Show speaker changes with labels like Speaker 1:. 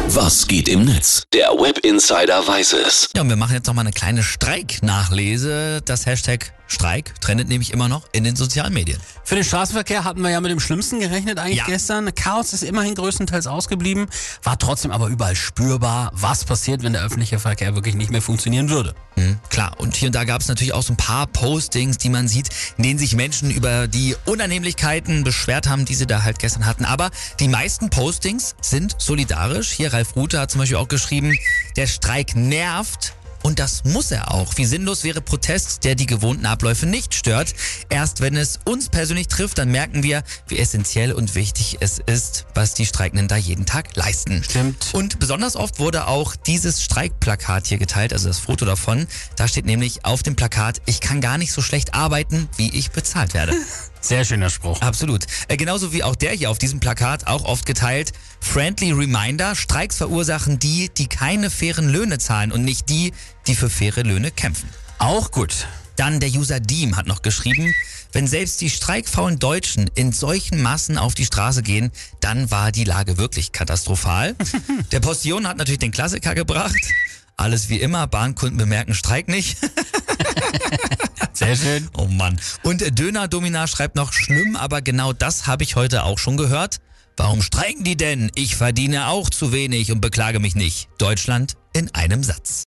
Speaker 1: Was geht im Netz? Der Web Insider weiß es.
Speaker 2: Ja, und wir machen jetzt noch mal eine kleine Streiknachlese. Das Hashtag Streik trendet nämlich immer noch in den sozialen Medien.
Speaker 3: Für den Straßenverkehr hatten wir ja mit dem Schlimmsten gerechnet eigentlich gestern. Chaos ist immerhin größtenteils ausgeblieben, war trotzdem aber überall spürbar, was passiert, wenn der öffentliche Verkehr wirklich nicht mehr funktionieren würde.
Speaker 2: Klar, und hier und da gab es natürlich auch so ein paar Postings, die man sieht, in denen sich Menschen über die Unannehmlichkeiten beschwert haben, die sie da halt gestern hatten. Aber die meisten Postings sind solidarisch. Hier Ralf Rute hat zum Beispiel auch geschrieben, der Streik nervt. Und das muss er auch. Wie sinnlos wäre Protest, der die gewohnten Abläufe nicht stört. Erst wenn es uns persönlich trifft, dann merken wir, wie essentiell und wichtig es ist, was die Streikenden da jeden Tag leisten.
Speaker 3: Stimmt.
Speaker 2: Und besonders oft wurde auch dieses Streikplakat hier geteilt, also das Foto davon. Da steht nämlich auf dem Plakat, ich kann gar nicht so schlecht arbeiten, wie ich bezahlt werde.
Speaker 3: Sehr schöner Spruch.
Speaker 2: Absolut. Genauso wie auch der hier auf diesem Plakat, auch oft geteilt. Friendly Reminder, Streiks verursachen die, die keine fairen Löhne zahlen und nicht die, die für faire Löhne kämpfen.
Speaker 3: Auch gut.
Speaker 2: Dann der User Diem hat noch geschrieben, wenn selbst die streikfaulen Deutschen in solchen Massen auf die Straße gehen, dann war die Lage wirklich katastrophal. Der Postillon hat natürlich den Klassiker gebracht. Alles wie immer, Bahnkunden bemerken Streik nicht.
Speaker 3: Sehr schön.
Speaker 2: Oh Mann. Und Döner Domina schreibt noch, schlimm, aber genau das habe ich heute auch schon gehört. Warum streiken die denn? Ich verdiene auch zu wenig und beklage mich nicht. Deutschland in einem Satz.